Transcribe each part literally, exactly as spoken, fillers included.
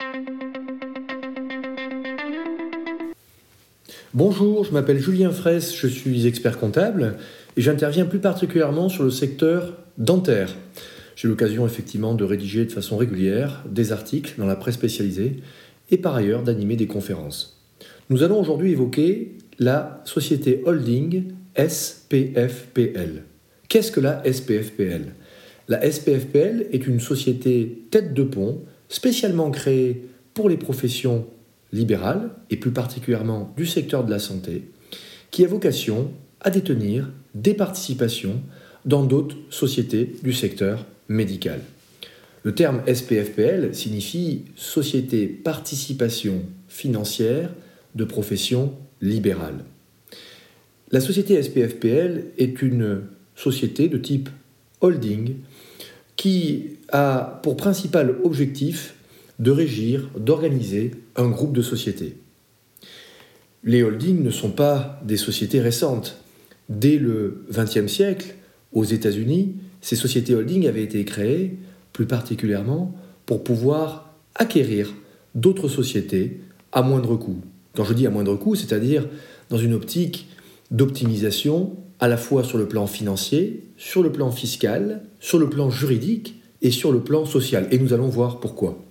Bonjour, je m'appelle Julien Fraisse, je suis expert comptable et j'interviens plus particulièrement sur le secteur dentaire. J'ai l'occasion effectivement de rédiger de façon régulière des articles dans la presse spécialisée et par ailleurs d'animer des conférences. Nous allons aujourd'hui évoquer la société holding S P F P L. Qu'est-ce que la S P F P L ? La S P F P L est une société tête de pont spécialement créée pour les professions libérale, et plus particulièrement du secteur de la santé, qui a vocation à détenir des participations dans d'autres sociétés du secteur médical. Le terme S P F P L signifie Société Participation Financière de Profession Libérale. La société S P F P L est une société de type holding qui a pour principal objectif de régir, d'organiser un groupe de sociétés. Les holdings ne sont pas des sociétés récentes. Dès le vingtième siècle, aux États-Unis, ces sociétés holdings avaient été créées, plus particulièrement, pour pouvoir acquérir d'autres sociétés à moindre coût. Quand je dis à moindre coût, c'est-à-dire dans une optique d'optimisation à la fois sur le plan financier, sur le plan fiscal, sur le plan juridique et sur le plan social. Et nous allons voir pourquoi.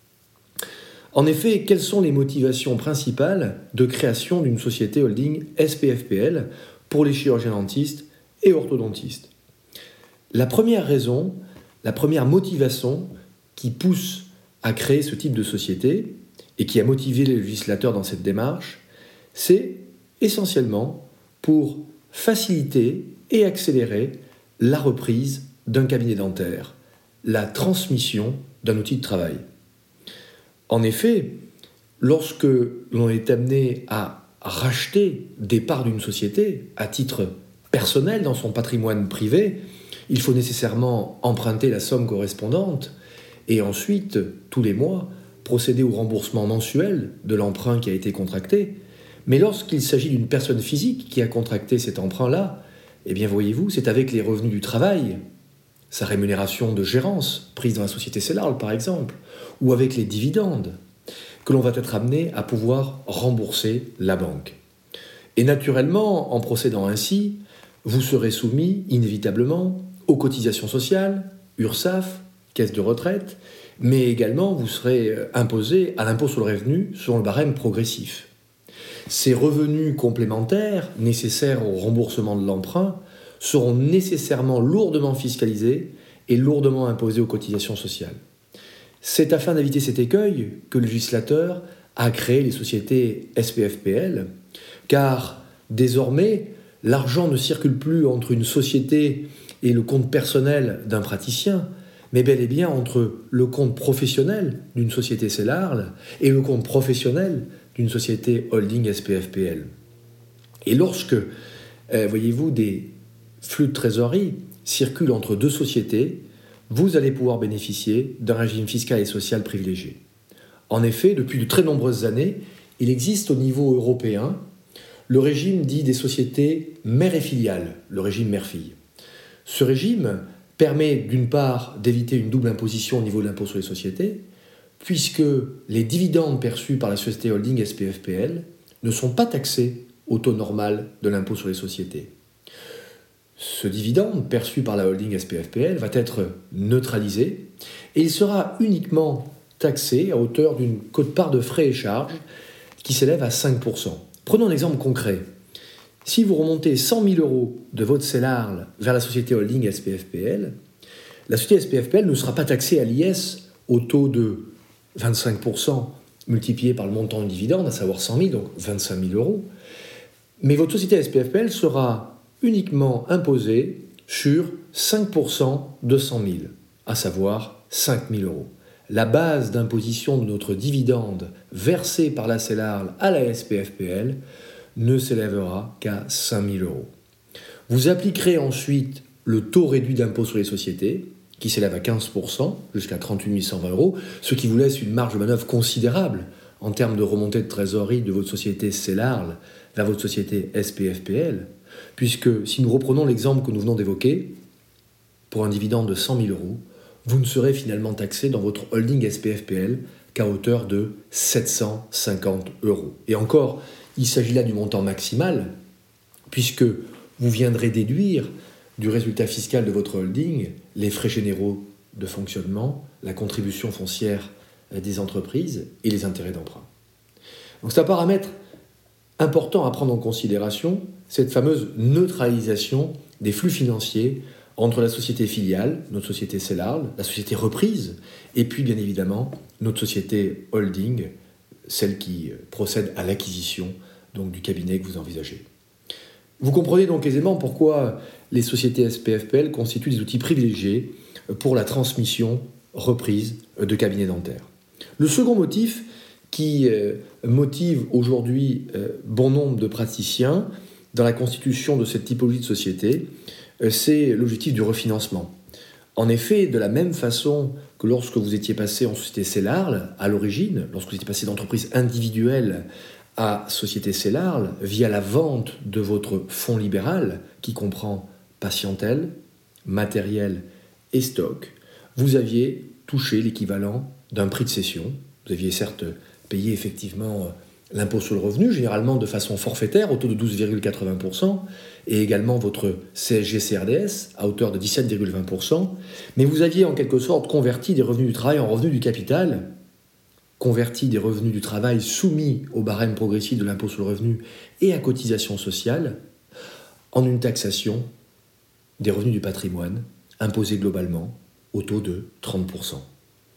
En effet, quelles sont les motivations principales de création d'une société holding S P F P L pour les chirurgiens dentistes et orthodontistes ? La première raison, la première motivation qui pousse à créer ce type de société et qui a motivé les législateurs dans cette démarche, c'est essentiellement pour faciliter et accélérer la reprise d'un cabinet dentaire, la transmission d'un outil de travail. En effet, lorsque l'on est amené à racheter des parts d'une société à titre personnel dans son patrimoine privé, il faut nécessairement emprunter la somme correspondante et ensuite, tous les mois, procéder au remboursement mensuel de l'emprunt qui a été contracté. Mais lorsqu'il s'agit d'une personne physique qui a contracté cet emprunt-là, eh bien voyez-vous, c'est avec les revenus du travail, sa rémunération de gérance, prise dans la société Cellarl par exemple, ou avec les dividendes, que l'on va être amené à pouvoir rembourser la banque. Et naturellement, en procédant ainsi, vous serez soumis inévitablement aux cotisations sociales, URSSAF, caisse de retraite, mais également vous serez imposé à l'impôt sur le revenu selon le barème progressif. Ces revenus complémentaires nécessaires au remboursement de l'emprunt seront nécessairement lourdement fiscalisés et lourdement imposés aux cotisations sociales. C'est afin d'éviter cet écueil que le législateur a créé les sociétés S P F P L, car désormais, l'argent ne circule plus entre une société et le compte personnel d'un praticien, mais bel et bien entre le compte professionnel d'une société Cellarl et le compte professionnel d'une société holding S P F P L. Et lorsque, euh, voyez-vous, des flux de trésorerie circulent entre deux sociétés, vous allez pouvoir bénéficier d'un régime fiscal et social privilégié. En effet, depuis de très nombreuses années, il existe au niveau européen le régime dit des sociétés mère et filiales, le régime mère-fille. Ce régime permet d'une part d'éviter une double imposition au niveau de l'impôt sur les sociétés, puisque les dividendes perçus par la société holding S P F P L ne sont pas taxés au taux normal de l'impôt sur les sociétés. Ce dividende perçu par la holding S P F P L va être neutralisé et il sera uniquement taxé à hauteur d'une quote-part de frais et charges qui s'élève à cinq pour cent. Prenons un exemple concret. Si vous remontez cent mille euros de votre Cellarl vers la société holding S P F P L, la société S P F P L ne sera pas taxée à l'I S au taux de vingt-cinq pour cent multiplié par le montant du dividende, à savoir cent mille, donc vingt-cinq mille euros. Mais votre société S P F P L sera uniquement imposé sur cinq pour cent de cent mille, à savoir cinq mille euros. La base d'imposition de notre dividende versé par la Cellarl à la S P F P L ne s'élèvera qu'à cinq mille euros. Vous appliquerez ensuite le taux réduit d'impôt sur les sociétés, qui s'élève à quinze pour cent jusqu'à trente-huit mille cent vingt euros, ce qui vous laisse une marge de manœuvre considérable en termes de remontée de trésorerie de votre société Cellarl vers votre société S P F P L, puisque si nous reprenons l'exemple que nous venons d'évoquer, pour un dividende de cent mille euros, vous ne serez finalement taxé dans votre holding S P F P L qu'à hauteur de sept cent cinquante euros. Et encore, il s'agit là du montant maximal, puisque vous viendrez déduire du résultat fiscal de votre holding les frais généraux de fonctionnement, la contribution foncière des entreprises et les intérêts d'emprunt. Donc c'est un paramètre important à prendre en considération, cette fameuse neutralisation des flux financiers entre la société filiale, notre société Cellarl, la société reprise, et puis bien évidemment notre société holding, celle qui procède à l'acquisition donc, du cabinet que vous envisagez. Vous comprenez donc aisément pourquoi les sociétés S P F P L constituent des outils privilégiés pour la transmission reprise de cabinets dentaires. Le second motif qui motive aujourd'hui bon nombre de praticiens dans la constitution de cette typologie de société, c'est l'objectif du refinancement. En effet, de la même façon que lorsque vous étiez passé en société Cellarl, à l'origine, lorsque vous étiez passé d'entreprise individuelle à société Cellarl, via la vente de votre fonds libéral, qui comprend patientèle, matériel et stock, vous aviez touché l'équivalent d'un prix de cession. Vous aviez certes payé effectivement l'impôt sur le revenu, généralement de façon forfaitaire, au taux de douze virgule quatre-vingts pour cent, et également votre C S G C R D S à hauteur de dix-sept virgule vingt pour cent, mais vous aviez en quelque sorte converti des revenus du travail en revenus du capital, converti des revenus du travail soumis au barème progressif de l'impôt sur le revenu et à cotisation sociale, en une taxation des revenus du patrimoine, imposés globalement au taux de trente pour cent.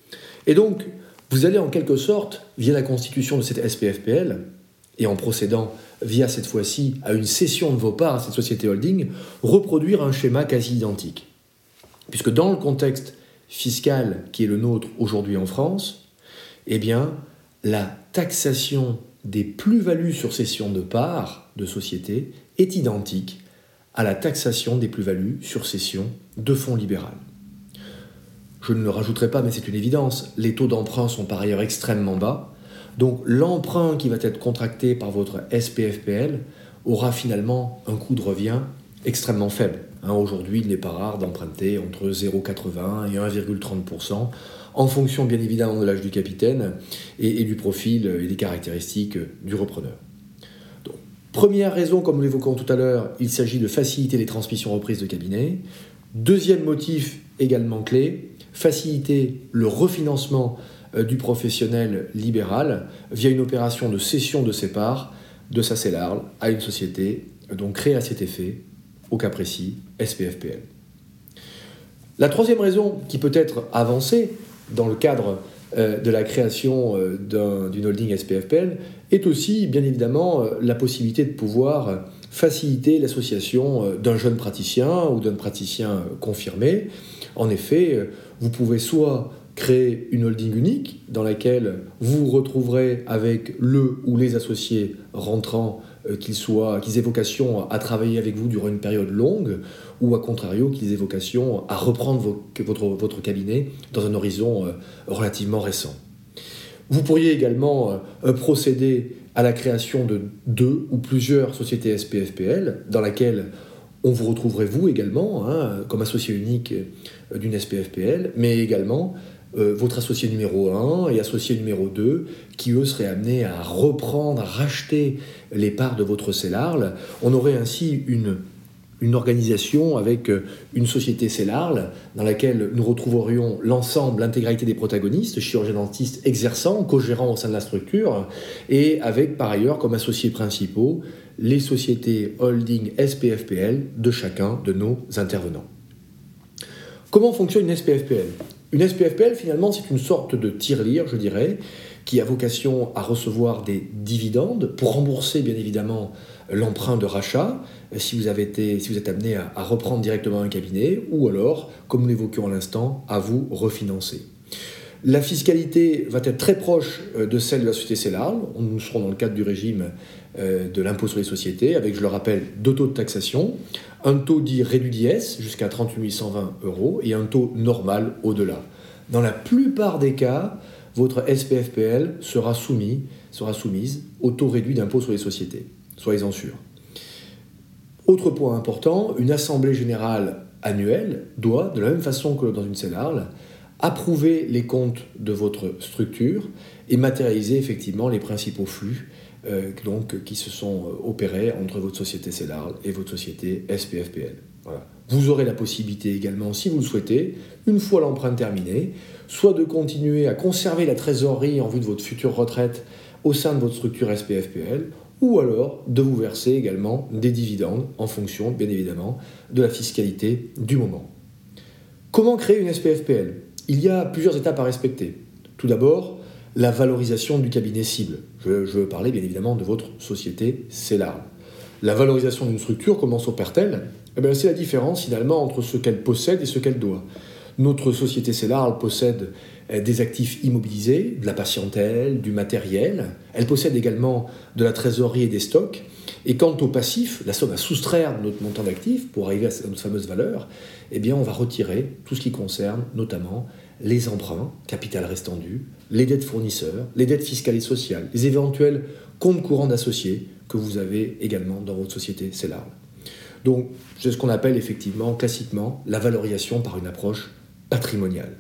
Et donc, vous allez en quelque sorte, via la constitution de cette S P F P L, et en procédant via cette fois-ci à une cession de vos parts à cette société holding, reproduire un schéma quasi identique. Puisque dans le contexte fiscal qui est le nôtre aujourd'hui en France, eh bien, la taxation des plus-values sur cession de parts de société est identique à la taxation des plus-values sur cession de fonds libéral. Je ne le rajouterai pas, mais c'est une évidence, les taux d'emprunt sont par ailleurs extrêmement bas, donc l'emprunt qui va être contracté par votre S P F P L aura finalement un coût de revient extrêmement faible. Hein, aujourd'hui, il n'est pas rare d'emprunter entre zéro virgule quatre-vingts et un virgule trente pour cent, en fonction bien évidemment de l'âge du capitaine et, et du profil et des caractéristiques du repreneur. Donc, première raison, comme nous l'évoquons tout à l'heure, il s'agit de faciliter les transmissions reprises de cabinet. Deuxième motif également clé, faciliter le refinancement du professionnel libéral via une opération de cession de ses parts de sa Cellarl à une société donc créée à cet effet, au cas précis, S P F P L. La troisième raison qui peut être avancée dans le cadre euh, de la création euh, d'un, d'une holding S P F P L est aussi, bien évidemment, euh, la possibilité de pouvoir faciliter l'association euh, d'un jeune praticien ou d'un praticien euh, confirmé. En effet, euh, vous pouvez soit créer une holding unique dans laquelle vous vous retrouverez avec le ou les associés rentrants, euh, qu'ils, soient, qu'ils aient vocation à travailler avec vous durant une période longue, ou à contrario qu'ils aient vocation à reprendre vos, votre, votre cabinet dans un horizon euh, relativement récent. Vous pourriez également euh, procéder à la création de deux ou plusieurs sociétés S P F P L dans laquelle on vous retrouverait vous également, hein, comme associé unique d'une S P F P L, mais également euh, votre associé numéro un et associé numéro deux, qui eux seraient amenés à reprendre, à racheter les parts de votre Cellarl. On aurait ainsi une, une organisation avec une société Cellarl dans laquelle nous retrouverions l'ensemble, l'intégralité des protagonistes, chirurgiens-dentistes exerçants, co-gérants au sein de la structure, et avec par ailleurs comme associés principaux les sociétés holding S P F P L de chacun de nos intervenants. Comment fonctionne une S P F P L ? Une S P F P L, finalement, c'est une sorte de tirelire, je dirais, qui a vocation à recevoir des dividendes pour rembourser, bien évidemment, l'emprunt de rachat, si vous, avez été, si vous êtes amené à, à reprendre directement un cabinet, ou alors, comme nous l'évoquions à l'instant, à vous refinancer. La fiscalité va être très proche de celle de la société Cellarl. Nous serons dans le cadre du régime de l'impôt sur les sociétés, avec, je le rappelle, deux taux de taxation, un taux dit réduit d'I S jusqu'à trente-huit mille cent vingt euros et un taux normal au-delà. Dans la plupart des cas, votre S P F P L sera, soumis, sera soumise au taux réduit d'impôt sur les sociétés. Soyez-en sûrs. Autre point important, une assemblée générale annuelle doit, de la même façon que dans une Cellarl, approuver les comptes de votre structure et matérialiser effectivement les principaux flux euh, donc, qui se sont opérés entre votre société Cellarl et votre société S P F P L. Voilà. Vous aurez la possibilité également, si vous le souhaitez, une fois l'emprunt terminé, soit de continuer à conserver la trésorerie en vue de votre future retraite au sein de votre structure S P F P L, ou alors de vous verser également des dividendes en fonction, bien évidemment, de la fiscalité du moment. Comment créer une S P F P L ? Il y a plusieurs étapes à respecter. Tout d'abord, la valorisation du cabinet cible. Je, je veux parler bien évidemment de votre société Cellarl. La valorisation d'une structure, comment s'opère-t-elle ? Eh bien, c'est la différence finalement entre ce qu'elle possède et ce qu'elle doit. Notre société Cellarl possède des actifs immobilisés, de la patientèle, du matériel. Elle possède également de la trésorerie et des stocks. Et quant au passif, la somme à soustraire de notre montant d'actifs pour arriver à notre fameuse valeur, eh bien, on va retirer tout ce qui concerne notamment les emprunts, capital restant dû, les dettes fournisseurs, les dettes fiscales et sociales, les éventuels comptes courants d'associés que vous avez également dans votre société Cellarl. Donc, c'est ce qu'on appelle effectivement, classiquement, la valorisation par une approche patrimoniale.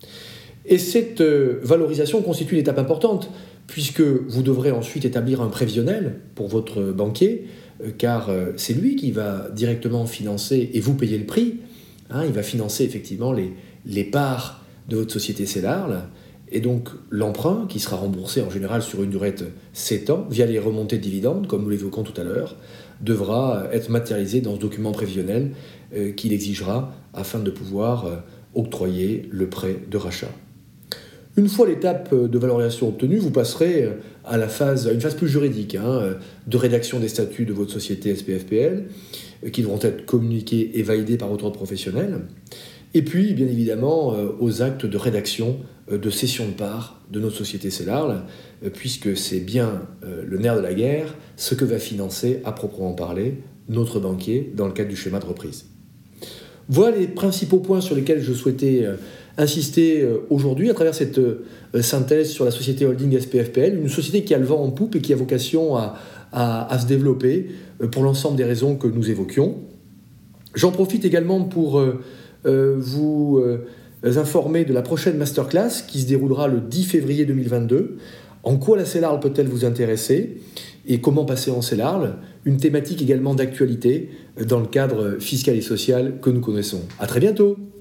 Et cette euh, valorisation constitue une étape importante, puisque vous devrez ensuite établir un prévisionnel pour votre banquier, euh, car euh, c'est lui qui va directement financer et vous payer le prix. Hein, il va financer effectivement les, les parts de votre société Cellarl, et donc l'emprunt, qui sera remboursé en général sur une durée de sept ans, via les remontées de dividendes, comme nous l'évoquons tout à l'heure, devra être matérialisé dans ce document prévisionnel euh, qu'il exigera afin de pouvoir euh, octroyer le prêt de rachat. Une fois l'étape de valorisation obtenue, vous passerez à, la phase, à une phase plus juridique, hein, de rédaction des statuts de votre société S P F P L, qui devront être communiqués et validés par votre ordre professionnel. Et puis, bien évidemment, aux actes de rédaction de cession de parts de notre société Cellarl, puisque c'est bien le nerf de la guerre, ce que va financer, à proprement parler, notre banquier dans le cadre du schéma de reprise. Voilà les principaux points sur lesquels je souhaitais insister aujourd'hui à travers cette synthèse sur la société holding S P F P L, une société qui a le vent en poupe et qui a vocation à, à, à se développer pour l'ensemble des raisons que nous évoquions. J'en profite également pour euh, vous euh, informer de la prochaine masterclass qui se déroulera le dix février deux mille vingt-deux. En quoi la Cellarl peut-elle vous intéresser et comment passer en Cellarl ? Une thématique également d'actualité dans le cadre fiscal et social que nous connaissons. À très bientôt.